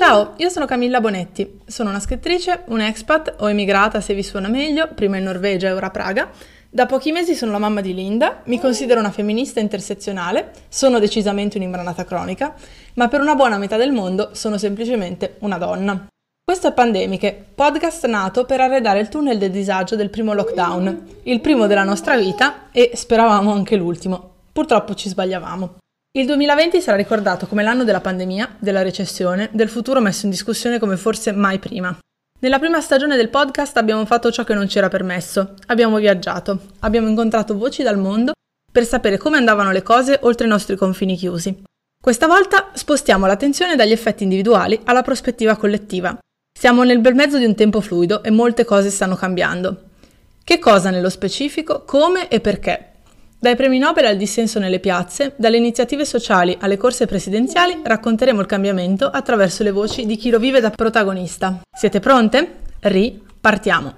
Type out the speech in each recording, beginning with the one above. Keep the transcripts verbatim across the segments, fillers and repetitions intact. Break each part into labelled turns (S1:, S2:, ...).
S1: Ciao, io sono Camilla Bonetti, sono una scrittrice, un'expat, ho emigrata se vi suona meglio, prima in Norvegia e ora a Praga. Da pochi mesi sono la mamma di Linda, mi considero una femminista intersezionale, sono decisamente un'imbranata cronica, ma per una buona metà del mondo sono semplicemente una donna. Questo è Pandemiche, podcast nato per arredare il tunnel del disagio del primo lockdown, il primo della nostra vita e speravamo anche l'ultimo. Purtroppo ci sbagliavamo. Il duemilaventi sarà ricordato come l'anno della pandemia, della recessione, del futuro messo in discussione come forse mai prima. Nella prima stagione del podcast abbiamo fatto ciò che non ci era permesso, abbiamo viaggiato, abbiamo incontrato voci dal mondo per sapere come andavano le cose oltre i nostri confini chiusi. Questa volta spostiamo l'attenzione dagli effetti individuali alla prospettiva collettiva. Siamo nel bel mezzo di un tempo fluido e molte cose stanno cambiando. Che cosa nello specifico, come e perché? Dai premi Nobel al dissenso nelle piazze, dalle iniziative sociali alle corse presidenziali, racconteremo il cambiamento attraverso le voci di chi lo vive da protagonista. Siete pronte? Ripartiamo!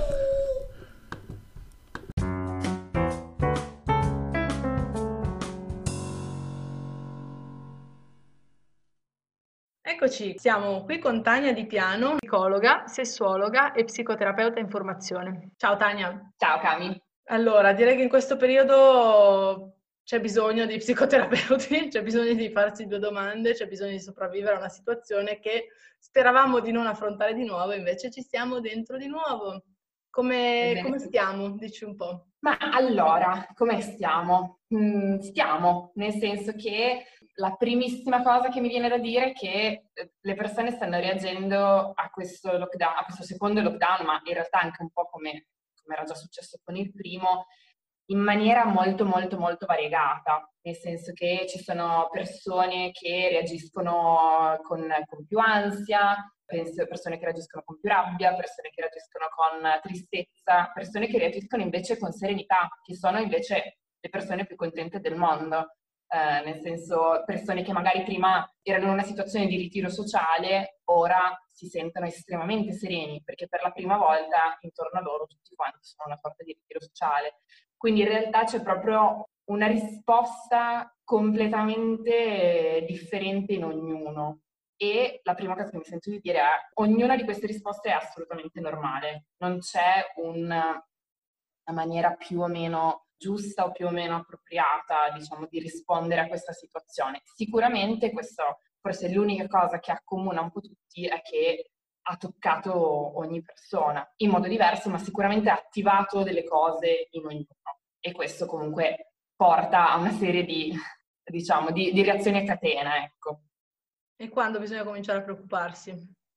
S1: Eccoci, siamo qui con Tania Di Piano, psicologa, sessuologa e psicoterapeuta in formazione. Ciao Tania!
S2: Ciao Cami!
S1: Allora, direi che in questo periodo c'è bisogno di psicoterapeuti, c'è bisogno di farsi due domande, c'è bisogno di sopravvivere a una situazione che speravamo di non affrontare di nuovo, invece ci stiamo dentro di nuovo. Come, come stiamo? Dici un po'.
S2: Ma allora, come stiamo? Mm, stiamo, nel senso che la primissima cosa che mi viene da dire è che le persone stanno reagendo a questo lockdown, a questo secondo lockdown, ma in realtà anche un po' come come era già successo con il primo, in maniera molto molto molto variegata, nel senso che ci sono persone che reagiscono con, con più ansia, persone che reagiscono con più rabbia, persone che reagiscono con tristezza, persone che reagiscono invece con serenità, che sono invece le persone più contente del mondo. Eh, nel senso, persone che magari prima erano in una situazione di ritiro sociale, ora si sentono estremamente sereni, perché per la prima volta intorno a loro tutti quanti sono una sorta di ritiro sociale. Quindi in realtà c'è proprio una risposta completamente differente in ognuno. E la prima cosa che mi sento di dire è: ognuna di queste risposte è assolutamente normale, non c'è una maniera più o meno giusta o più o meno appropriata, diciamo, di rispondere a questa situazione. Sicuramente questo forse è l'unica cosa che accomuna un po' tutti, è che ha toccato ogni persona in modo diverso, ma sicuramente ha attivato delle cose in ognuno. E questo comunque porta a una serie di, diciamo, di, di reazioni a catena, ecco.
S1: E quando bisogna cominciare a preoccuparsi?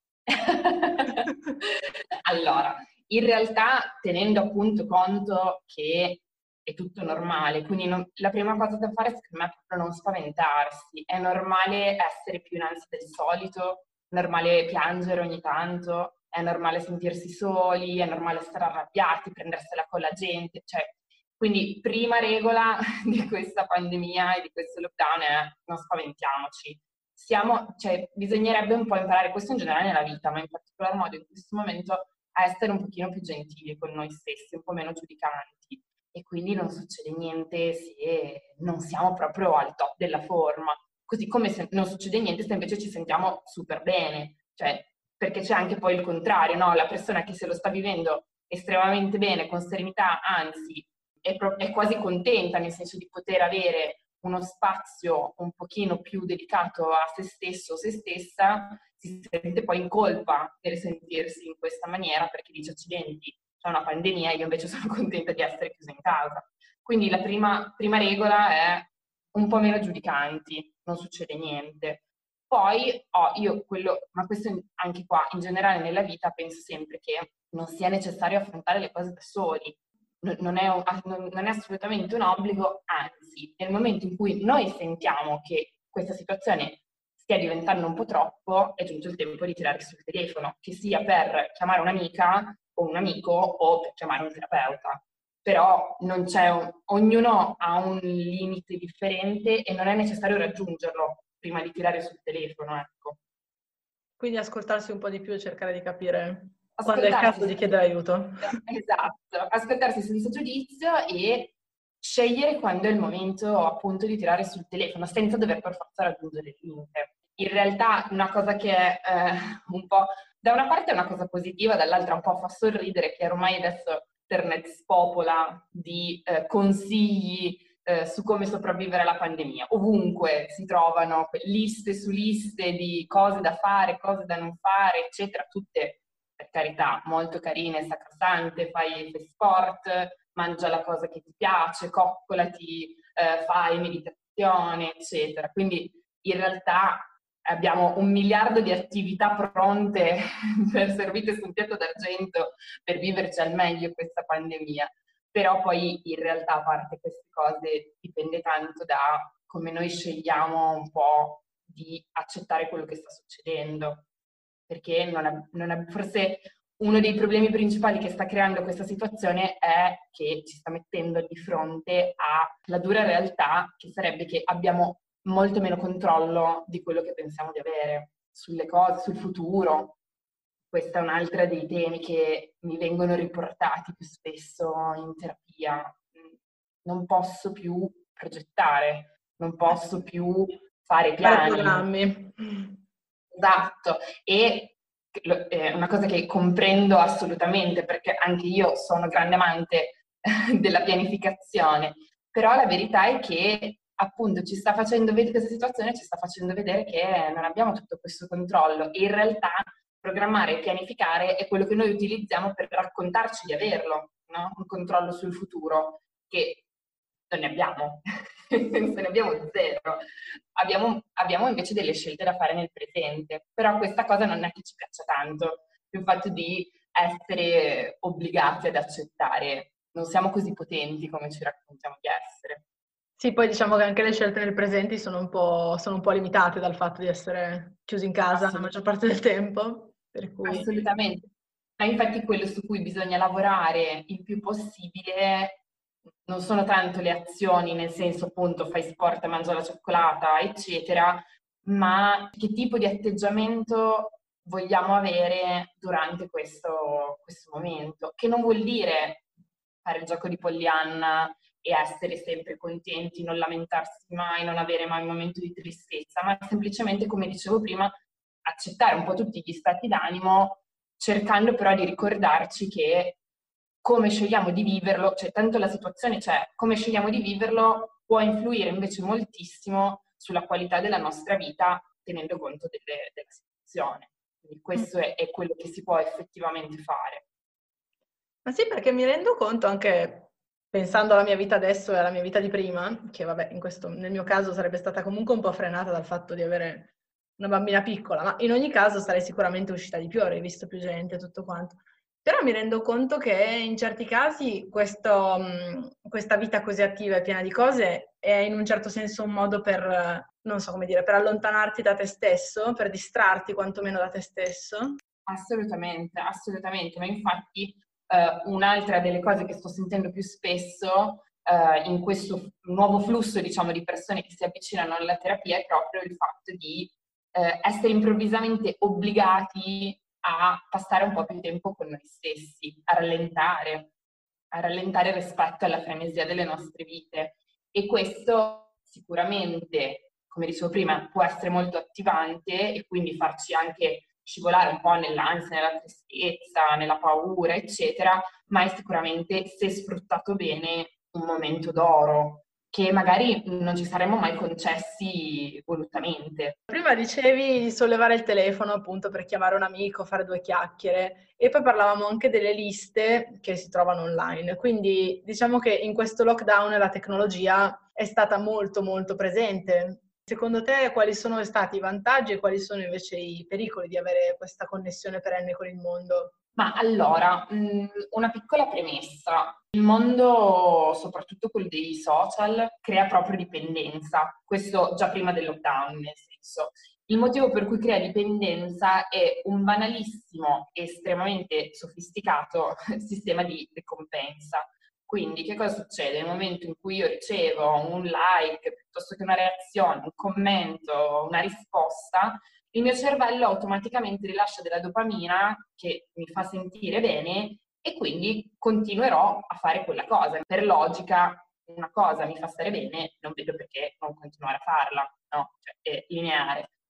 S2: Allora, in realtà tenendo appunto conto che è tutto normale, quindi non, la prima cosa da fare secondo me è proprio non spaventarsi. È normale essere più in ansia del solito, è normale piangere ogni tanto, è normale sentirsi soli, è normale stare arrabbiati, prendersela con la gente, cioè, quindi prima regola di questa pandemia e di questo lockdown è: non spaventiamoci. Siamo, cioè, bisognerebbe un po' imparare, questo in generale nella vita, ma in particolar modo in questo momento, a essere un pochino più gentili con noi stessi, un po' meno giudicanti. E quindi non succede niente se non siamo proprio al top della forma. Così come se non succede niente se invece ci sentiamo super bene. Cioè, perché c'è anche poi il contrario, no? La persona che se lo sta vivendo estremamente bene, con serenità, anzi, è, pro- è quasi contenta, nel senso di poter avere uno spazio un pochino più dedicato a se stesso o se stessa, si sente poi in colpa per sentirsi in questa maniera, perché dice: accidenti, c'è una pandemia, io invece sono contenta di essere chiusa in casa. Quindi la prima, prima regola è un po' meno giudicanti, non succede niente. Poi oh, io quello, ma questo anche qua, in generale nella vita, penso sempre che non sia necessario affrontare le cose da soli. Non è, un, non è assolutamente un obbligo, anzi, nel momento in cui noi sentiamo che questa situazione stia diventando un po' troppo, è giunto il tempo di tirare sul telefono, che sia per chiamare un'amica o un amico o per chiamare un terapeuta. Però non c'è un, ognuno ha un limite differente e non è necessario raggiungerlo prima di tirare sul telefono, ecco.
S1: Quindi ascoltarsi un po' di più e cercare di capire quando è il caso di chiedere aiuto.
S2: Esatto, ascoltarsi senza giudizio e scegliere quando è il momento appunto di tirare sul telefono, senza dover per forza raggiungere il limite. in realtà una cosa che è eh, un po', da una parte è una cosa positiva, dall'altra un po' fa sorridere che ormai adesso internet spopola di eh, consigli eh, su come sopravvivere alla pandemia. Ovunque si trovano liste su liste di cose da fare, cose da non fare, eccetera, tutte per carità molto carine, sacrosante, fai, fai sport, mangia la cosa che ti piace, coccolati, eh, fai meditazione, eccetera. Quindi in realtà abbiamo un miliardo di attività pronte per servite su un piatto d'argento per viverci al meglio questa pandemia. Però poi in realtà, a parte queste cose, dipende tanto da come noi scegliamo un po' di accettare quello che sta succedendo. Perché non è, non è, forse uno dei problemi principali che sta creando questa situazione è che ci sta mettendo di fronte alla dura realtà, che sarebbe che abbiamo molto meno controllo di quello che pensiamo di avere sulle cose, sul futuro. Questo è un altro dei temi che mi vengono riportati più spesso in terapia. Non posso più progettare, non posso più fare
S1: Fare
S2: piani.
S1: programmi.
S2: Esatto, e è una cosa che comprendo assolutamente perché anche io sono grande amante della pianificazione, però la verità è che appunto ci sta facendo vedere questa situazione, ci sta facendo vedere che non abbiamo tutto questo controllo e in realtà programmare e pianificare è quello che noi utilizziamo per raccontarci di averlo, no? Un controllo sul futuro che non ne abbiamo, ne abbiamo zero. Abbiamo, abbiamo invece delle scelte da fare nel presente, però questa cosa non è che ci piaccia tanto, il fatto di essere obbligati ad accettare. Non siamo così potenti come ci raccontiamo di essere.
S1: Sì, poi diciamo che anche le scelte nel presente sono un po', sono un po' limitate dal fatto di essere chiusi in casa la maggior parte del tempo, per cui...
S2: Assolutamente. Ma infatti quello su cui bisogna lavorare il più possibile non sono tanto le azioni, nel senso appunto fai sport, mangia la cioccolata, eccetera, ma che tipo di atteggiamento vogliamo avere durante questo, questo momento, che non vuol dire fare il gioco di Pollyanna e essere sempre contenti, non lamentarsi mai, non avere mai un momento di tristezza, ma semplicemente, come dicevo prima, accettare un po' tutti gli stati d'animo, cercando però di ricordarci che come scegliamo di viverlo, cioè tanto la situazione c'è, come scegliamo di viverlo può influire invece moltissimo sulla qualità della nostra vita tenendo conto delle, della situazione. Quindi questo è, è quello che si può effettivamente fare.
S1: Ma sì, perché mi rendo conto anche pensando alla mia vita adesso e alla mia vita di prima, che vabbè, in questo, nel mio caso sarebbe stata comunque un po' frenata dal fatto di avere una bambina piccola, ma in ogni caso sarei sicuramente uscita di più, avrei visto più gente e tutto quanto. Però mi rendo conto che in certi casi questo, mh, questa vita così attiva e piena di cose è in un certo senso un modo per, eh, non so come dire, per allontanarti da te stesso, per distrarti quantomeno da te stesso.
S2: Assolutamente, assolutamente, ma infatti eh, un'altra delle cose che sto sentendo più spesso eh, in questo nuovo flusso, diciamo, di persone che si avvicinano alla terapia è proprio il fatto di eh, essere improvvisamente obbligati a passare un po' più tempo con noi stessi, a rallentare, a rallentare rispetto alla frenesia delle nostre vite. E questo sicuramente, come dicevo prima, può essere molto attivante e quindi farci anche scivolare un po' nell'ansia, nella tristezza, nella paura, eccetera, ma è sicuramente, se sfruttato bene, un momento d'oro che magari non ci saremmo mai concessi volutamente.
S1: Prima dicevi di sollevare il telefono appunto per chiamare un amico, fare due chiacchiere e poi parlavamo anche delle liste che si trovano online. Quindi diciamo che in questo lockdown la tecnologia è stata molto molto presente. Secondo te quali sono stati i vantaggi e quali sono invece i pericoli di avere questa connessione perenne con il mondo?
S2: Ma allora, mh, una piccola premessa. Il mondo, soprattutto quello dei social, crea proprio dipendenza. Questo già prima del lockdown, nel senso. Il motivo per cui crea dipendenza è un banalissimo e estremamente sofisticato sistema di ricompensa. Quindi che cosa succede? Nel momento in cui io ricevo un like, piuttosto che una reazione, un commento, una risposta, il mio cervello automaticamente rilascia della dopamina che mi fa sentire bene e quindi continuerò a fare quella cosa. Per logica, una cosa mi fa stare bene, non vedo perché non continuare a farla, no? Cioè, è lineare.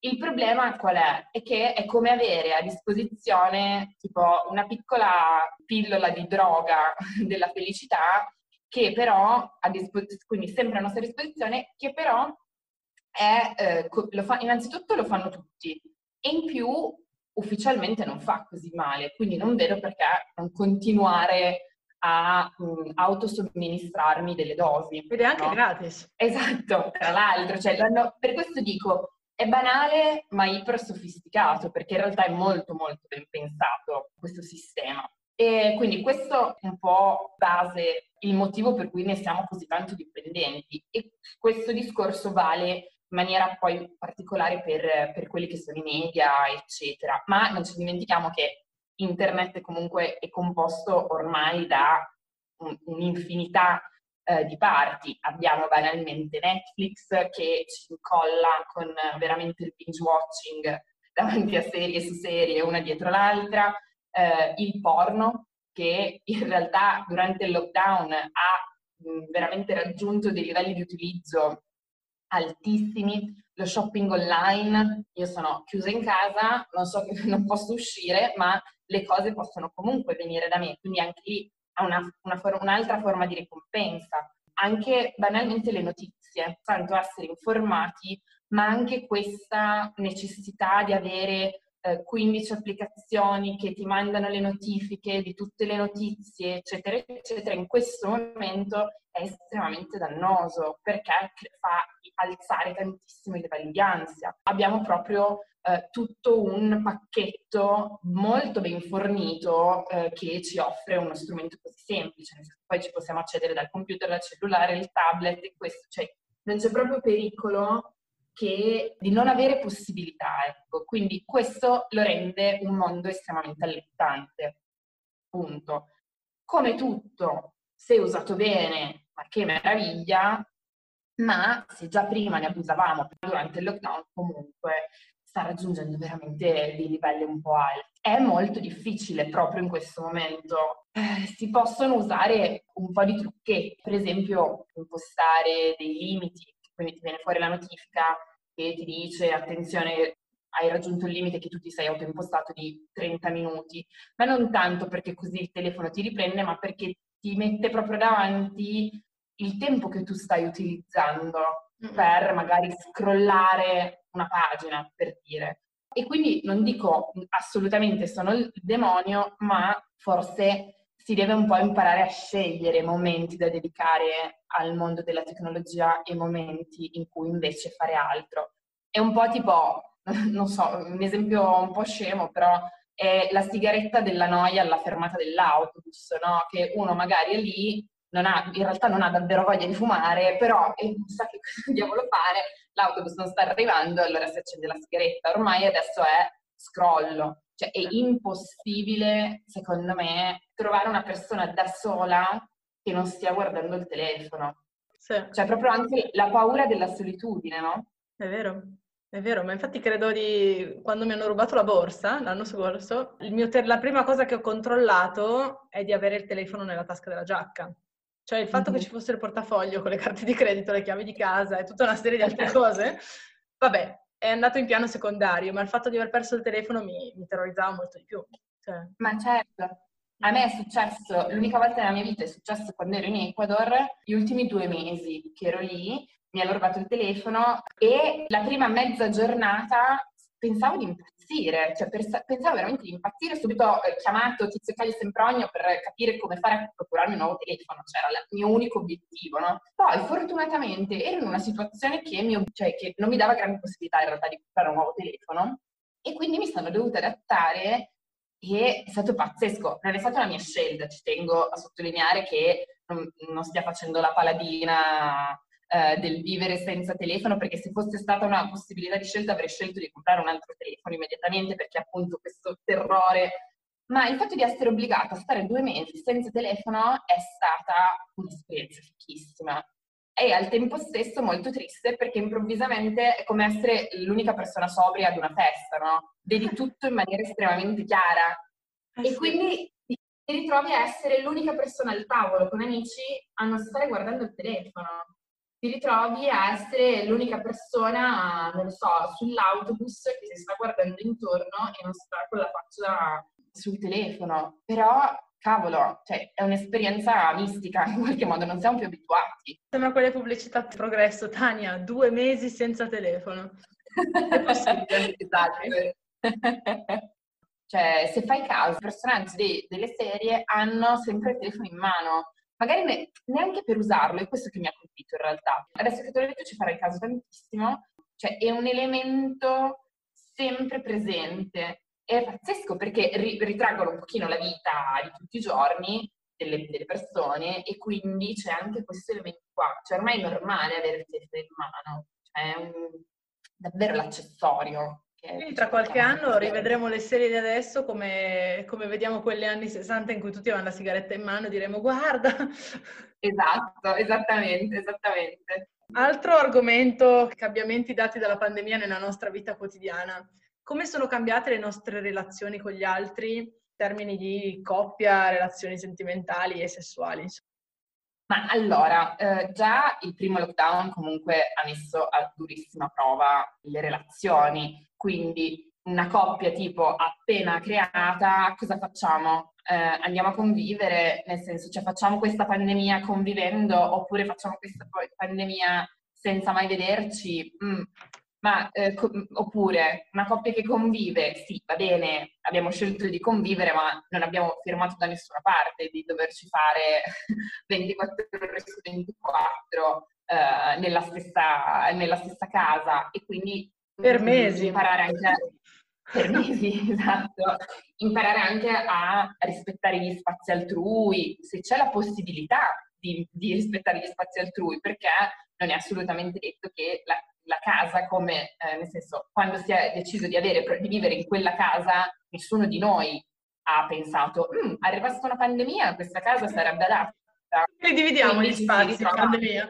S2: Il problema qual è? È che è come avere a disposizione tipo una piccola pillola di droga della felicità che però, a disposizione, quindi sempre a nostra disposizione, che però è, eh, lo fa, innanzitutto lo fanno tutti e in più ufficialmente non fa così male, quindi non vedo perché non continuare a mh, autosomministrarmi delle dosi.
S1: Ed è anche
S2: no?
S1: gratis.
S2: Esatto, tra l'altro, cioè, per questo dico, è banale ma iper sofisticato, perché in realtà è molto molto ben pensato questo sistema. E quindi questo è un po' base, il motivo per cui ne siamo così tanto dipendenti. E questo discorso vale in maniera poi particolare per, per quelli che sono i media, eccetera. Ma non ci dimentichiamo che internet comunque è composto ormai da un, un'infinità eh, di parti. Abbiamo banalmente Netflix che ci incolla con veramente il binge watching davanti a serie su serie, una dietro l'altra, eh, il porno che in realtà durante il lockdown ha mh, veramente raggiunto dei livelli di utilizzo altissimi, lo shopping online, io sono chiusa in casa, non so che non posso uscire, ma le cose possono comunque venire da me, quindi anche lì ha una, una for- un'altra forma di ricompensa. Anche banalmente le notizie, tanto essere informati, ma anche questa necessità di avere eh, quindici applicazioni che ti mandano le notifiche di tutte le notizie, eccetera, eccetera, in questo momento è estremamente dannoso perché fa alzare tantissimo i livelli di ansia. Abbiamo proprio eh, tutto un pacchetto molto ben fornito eh, che ci offre uno strumento così semplice. Poi ci possiamo accedere dal computer, dal cellulare, il tablet, e questo, cioè non c'è proprio pericolo che di non avere possibilità, ecco. Quindi questo lo rende un mondo estremamente allettante. Punto. Come tutto, se usato bene, ma che meraviglia, ma se già prima ne abusavamo durante il lockdown, comunque sta raggiungendo veramente dei livelli un po' alti. È molto difficile proprio in questo momento. Eh, si possono usare un po' di trucchetti, per esempio impostare dei limiti, quindi ti viene fuori la notifica che ti dice attenzione, hai raggiunto il limite che tu ti sei autoimpostato di trenta minuti, ma non tanto perché così il telefono ti riprende, ma perché ti mette proprio davanti il tempo che tu stai utilizzando per magari scrollare una pagina, per dire. E quindi non dico assolutamente sono il demonio, ma forse si deve un po' imparare a scegliere momenti da dedicare al mondo della tecnologia e momenti in cui invece fare altro. È un po' tipo, non so, un esempio un po' scemo, però è la sigaretta della noia alla fermata dell'autobus, no? Che uno magari è lì, non ha, in realtà non ha davvero voglia di fumare, però eh, sa che cosa diavolo fare, l'autobus non sta arrivando, allora si accende la sigaretta. Ormai adesso è scrollo. Cioè è impossibile, secondo me, trovare una persona da sola che non stia guardando il telefono.
S1: Sì.
S2: Cioè proprio anche la paura della solitudine, no?
S1: È vero, è vero, ma infatti credo di quando mi hanno rubato la borsa l'anno scorso, il mio te- la prima cosa che ho controllato è di avere il telefono nella tasca della giacca. Cioè il fatto
S2: Mm-hmm.
S1: che ci fosse il portafoglio con le carte di credito, le chiavi di casa e tutta una serie di altre cose, vabbè, è andato in piano secondario, ma il fatto di aver perso il telefono mi, mi terrorizzava molto di più. Cioè.
S2: Ma certo, a me è successo, l'unica volta nella mia vita è successo quando ero in Ecuador, gli ultimi due mesi che ero lì, mi hanno rubato il telefono e la prima mezza giornata pensavo di impazzire, cioè pensavo veramente di impazzire, subito eh, chiamato Tizio Caio Sempronio per capire come fare a procurarmi un nuovo telefono, cioè era il mio unico obiettivo, no? Poi fortunatamente ero in una situazione che, mi, cioè, che non mi dava grandi possibilità in realtà di comprare un nuovo telefono e quindi mi sono dovuta adattare e è stato pazzesco, non è stata una mia scelta, ci tengo a sottolineare che non, non stia facendo la paladina eh, del vivere senza telefono, perché se fosse stata una possibilità di scelta avrei scelto di comprare un altro telefono immediatamente, perché appunto questo terrore, ma il fatto di essere obbligata a stare due mesi senza telefono è stata un'esperienza fichissima. E al tempo stesso molto triste perché improvvisamente è come essere l'unica persona sobria ad una festa, no? Vedi tutto in maniera estremamente chiara
S1: Eh
S2: e
S1: sì.
S2: quindi ti ritrovi a essere l'unica persona al tavolo con amici a non stare guardando il telefono. ti ritrovi a essere l'unica persona, non lo so, sull'autobus che si sta guardando intorno e non sta con la faccia sul telefono. Però, cavolo, cioè, è un'esperienza mistica, in qualche modo, non siamo più abituati.
S1: Sembra quelle pubblicità di Progresso, Tania, due mesi senza telefono. È possibile.
S2: Esatto. Cioè, se fai caso, i personaggi de- delle serie hanno sempre il telefono in mano, magari ne- neanche per usarlo, è questo che mi ha colpito in realtà. Adesso che te l'ho detto ci farai caso tantissimo, cioè è un elemento sempre presente. È pazzesco perché ri- ritraggono un pochino la vita di tutti i giorni delle, delle persone e quindi c'è anche questo elemento qua. Cioè ormai è normale avere il telefono in mano, cioè è un- davvero l'accessorio.
S1: Quindi tra qualche anno rivedremo le serie di adesso come, come vediamo quelle anni sessanta in cui tutti avevano la sigaretta in mano e diremo guarda.
S2: Esatto, esattamente, esattamente.
S1: Altro argomento, cambiamenti dati dalla pandemia nella nostra vita quotidiana. Come sono cambiate le nostre relazioni con gli altri in termini di coppia, relazioni sentimentali e sessuali?
S2: Ma allora, eh, già il primo lockdown comunque ha messo a durissima prova le relazioni, quindi una coppia tipo appena creata, cosa facciamo? Eh, andiamo a convivere, nel senso, cioè facciamo questa pandemia convivendo oppure facciamo questa poi pandemia senza mai vederci? Mm. Ma eh, co- oppure una coppia che convive, sì, va bene, abbiamo scelto di convivere, ma non abbiamo firmato da nessuna parte di doverci fare ventiquattro ore su ventiquattro eh, nella stessa, nella stessa casa e quindi
S1: Per
S2: mh,
S1: mesi.
S2: imparare anche a, per mesi, esatto, imparare anche a rispettare gli spazi altrui, se c'è la possibilità di, di rispettare gli spazi altrui, perché non è assolutamente detto che la, la casa, come eh, nel senso, quando si è deciso di, avere, di vivere in quella casa, nessuno di noi ha pensato, mm, arrivasse una pandemia, questa casa sarebbe adatta.
S1: E dividiamo
S2: Quindi
S1: gli
S2: ci si
S1: spazi,
S2: ritrova.
S1: pandemia.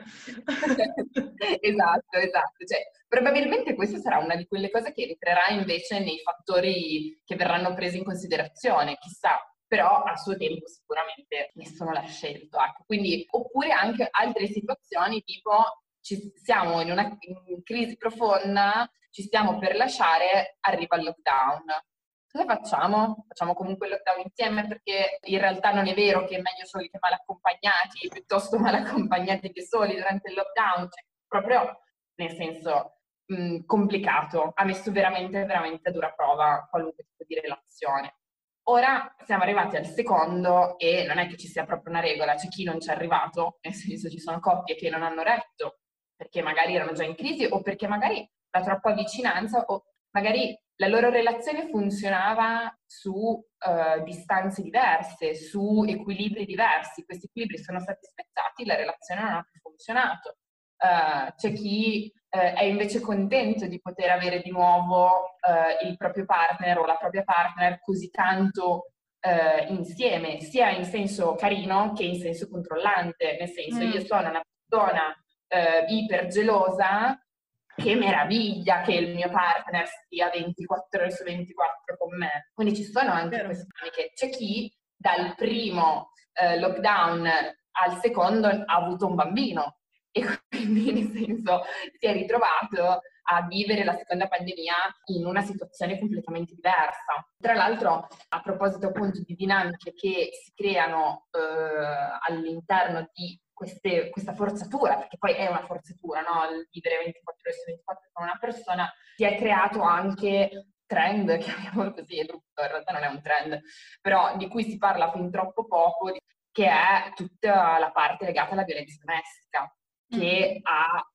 S2: Esatto, esatto. Cioè, probabilmente questa sarà una di quelle cose che entrerà invece nei fattori che verranno presi in considerazione, chissà. Però a suo tempo sicuramente nessuno l'ha scelto. Ecco. Quindi, oppure anche altre situazioni tipo ci siamo in una in crisi profonda, ci stiamo per lasciare, arriva il lockdown. Cosa facciamo? Facciamo comunque il lockdown insieme perché in realtà non è vero che è meglio soli che mal accompagnati, piuttosto mal accompagnati che soli durante il lockdown, cioè, proprio nel senso mh, complicato, ha messo veramente, veramente a dura prova qualunque tipo di relazione. Ora siamo arrivati al secondo e non è che ci sia proprio una regola, c'è chi non ci è arrivato, nel senso ci sono coppie che non hanno retto perché magari erano già in crisi o perché magari la troppa vicinanza o magari la loro relazione funzionava su uh, distanze diverse, su equilibri diversi. Questi equilibri sono stati spezzati, la relazione non ha più funzionato. Uh, c'è chi uh, è invece contento di poter avere di nuovo uh, il proprio partner o la propria partner così tanto uh, insieme, sia in senso carino che in senso controllante. Nel senso, mm. io sono una persona uh, ipergelosa, che meraviglia che il mio partner stia ventiquattro ore su ventiquattro con me. Quindi ci sono anche
S1: Vero.
S2: queste dinamiche. C'è chi dal primo eh, lockdown al secondo ha avuto un bambino e quindi nel senso si è ritrovato a vivere la seconda pandemia in una situazione completamente diversa. Tra l'altro, a proposito appunto di dinamiche che si creano eh, all'interno di Queste, questa forzatura, perché poi è una forzatura, no? Il vivere ventiquattro ore su ventiquattro con una persona, si è creato anche trend, chiamiamolo così, è brutto, in realtà non è un trend, però di cui si parla fin troppo poco, che è tutta la parte legata alla violenza domestica, che mm. ha,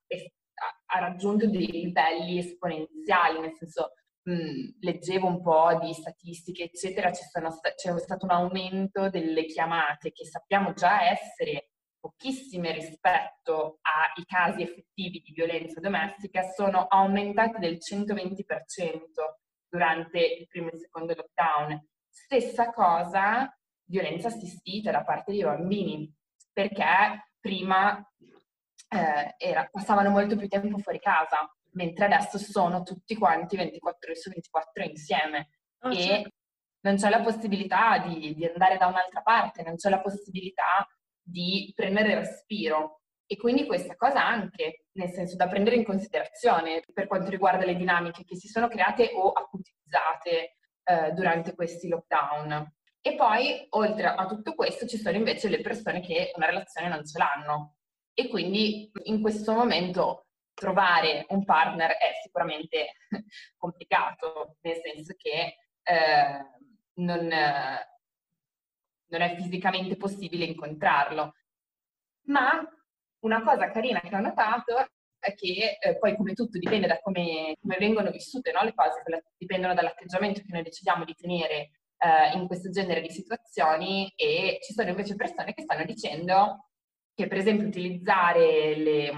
S2: ha raggiunto dei livelli esponenziali, nel senso mh, leggevo un po' di statistiche, eccetera, c'è, sono sta- c'è stato un aumento delle chiamate che sappiamo già essere pochissime rispetto ai casi effettivi di violenza domestica, sono aumentate del centoventi per cento durante il primo e il secondo lockdown. Stessa cosa, violenza assistita da parte dei bambini, perché prima eh, era, passavano molto più tempo fuori casa, mentre adesso sono tutti quanti ventiquattro ore su ventiquattro insieme. Oh, e certo. Non c'è la possibilità di, di andare da un'altra parte, non c'è la possibilità di prendere respiro. E quindi questa cosa anche, nel senso da prendere in considerazione per quanto riguarda le dinamiche che si sono create o acutizzate eh, durante questi lockdown. E poi, oltre a tutto questo, ci sono invece le persone che una relazione non ce l'hanno. E quindi in questo momento trovare un partner è sicuramente complicato, nel senso che eh, non, eh, non è fisicamente possibile incontrarlo. Ma una cosa carina che ho notato è che eh, poi come tutto dipende da come, come vengono vissute, no? Le cose, dipendono dall'atteggiamento che noi decidiamo di tenere eh, in questo genere di situazioni, e ci sono invece persone che stanno dicendo che per esempio utilizzare le,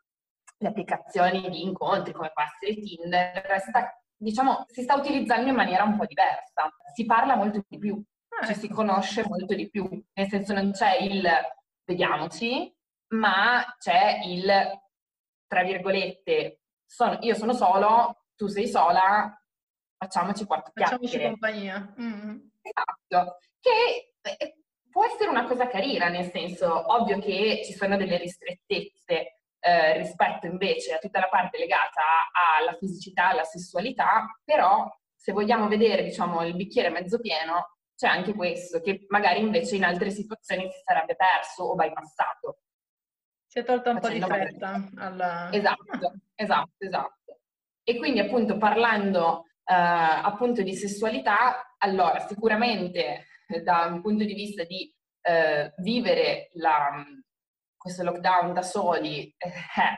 S2: le applicazioni di incontri come può essere Tinder sta, diciamo, si sta utilizzando in maniera un po' diversa, si parla molto di più,
S1: Ah,
S2: ci
S1: ecco.
S2: si conosce molto di più, nel senso non c'è il vediamoci, ma c'è il, tra virgolette, sono, io sono solo, tu sei sola, facciamoci quattro
S1: Facciamoci
S2: chiacchiere.
S1: compagnia. Mm.
S2: Esatto, che eh, può essere una cosa carina, nel senso, ovvio che ci sono delle ristrettezze eh, rispetto invece a tutta la parte legata alla fisicità, alla sessualità, però se vogliamo vedere, diciamo, il bicchiere mezzo pieno, c'è anche questo, che magari invece in altre situazioni si sarebbe perso o bypassato.
S1: Si è tolta un po' di
S2: Facendo
S1: fretta alla...
S2: Esatto, esatto, esatto. E quindi appunto parlando eh, appunto di sessualità, allora sicuramente eh, da un punto di vista di eh, vivere la, questo lockdown da soli, eh,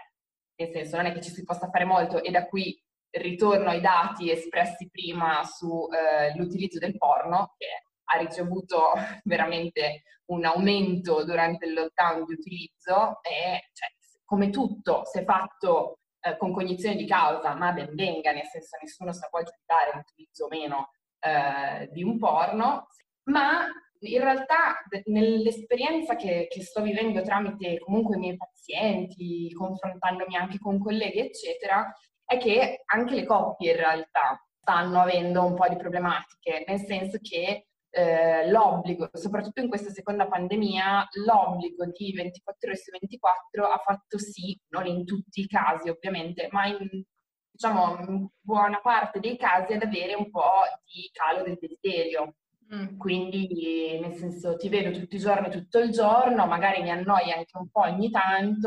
S2: nel senso non è che ci si possa fare molto, e da qui ritorno ai dati espressi prima sull'utilizzo del porno, che ha ricevuto veramente un aumento durante il lockdown di utilizzo, e cioè, come tutto, se fatto eh, con cognizione di causa, ma ben venga, nel senso nessuno sa poi giudicare l'utilizzo o meno eh, di un porno, ma in realtà nell'esperienza che, che sto vivendo tramite comunque i miei pazienti, confrontandomi anche con colleghi, eccetera, è che anche le coppie in realtà stanno avendo un po' di problematiche, nel senso che eh, l'obbligo, soprattutto in questa seconda pandemia, l'obbligo di ventiquattro ore su ventiquattro ha fatto sì, non in tutti i casi ovviamente, ma in, diciamo, in buona parte dei casi ad avere un po' di calo del desiderio. Mm. Quindi, nel senso, ti vedo tutti i giorni, tutto il giorno, magari mi annoi anche un po' ogni tanto,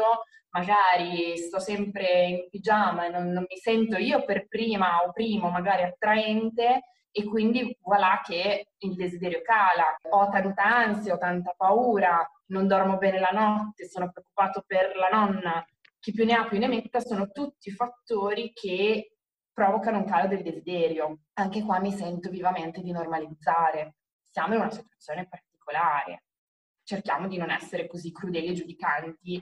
S2: magari sto sempre in pigiama e non, non mi sento io per prima o primo magari attraente, e quindi voilà che il desiderio cala. Ho tanta ansia, ho tanta paura, non dormo bene la notte, sono preoccupato per la nonna, chi più ne ha più ne metta, sono tutti fattori che provocano un calo del desiderio. Anche qua mi sento vivamente di normalizzare. Siamo in una situazione particolare. Cerchiamo di non essere così crudeli e giudicanti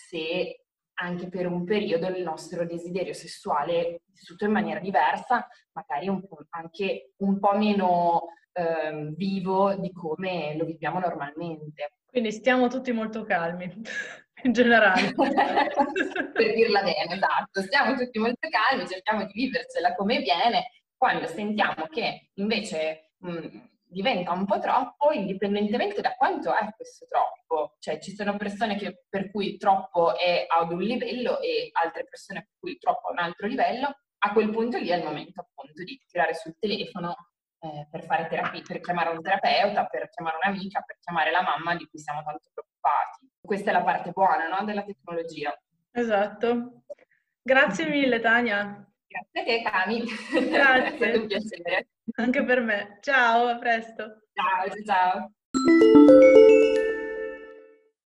S2: se anche per un periodo il nostro desiderio sessuale è vissuto in maniera diversa, magari un po', anche un po' meno eh, vivo di come lo viviamo normalmente.
S1: Quindi stiamo tutti molto calmi, in generale.
S2: Per dirla bene, esatto. Stiamo tutti molto calmi, cerchiamo di vivercela come viene. Quando sentiamo che invece mh, diventa un po' troppo, indipendentemente da quanto è questo troppo. Cioè ci sono persone che, per cui troppo è ad un livello e altre persone per cui troppo è a un altro livello. A quel punto lì è il momento appunto di tirare sul telefono eh, per fare terapia, per chiamare un terapeuta, per chiamare un'amica, per chiamare la mamma di cui siamo tanto preoccupati. Questa è la parte buona, no, della tecnologia.
S1: Esatto. Grazie mille, Tania.
S2: Grazie a te, Cami.
S1: Grazie.
S2: È stato un piacere.
S1: Anche per me. Ciao, a presto.
S2: Ciao, ciao.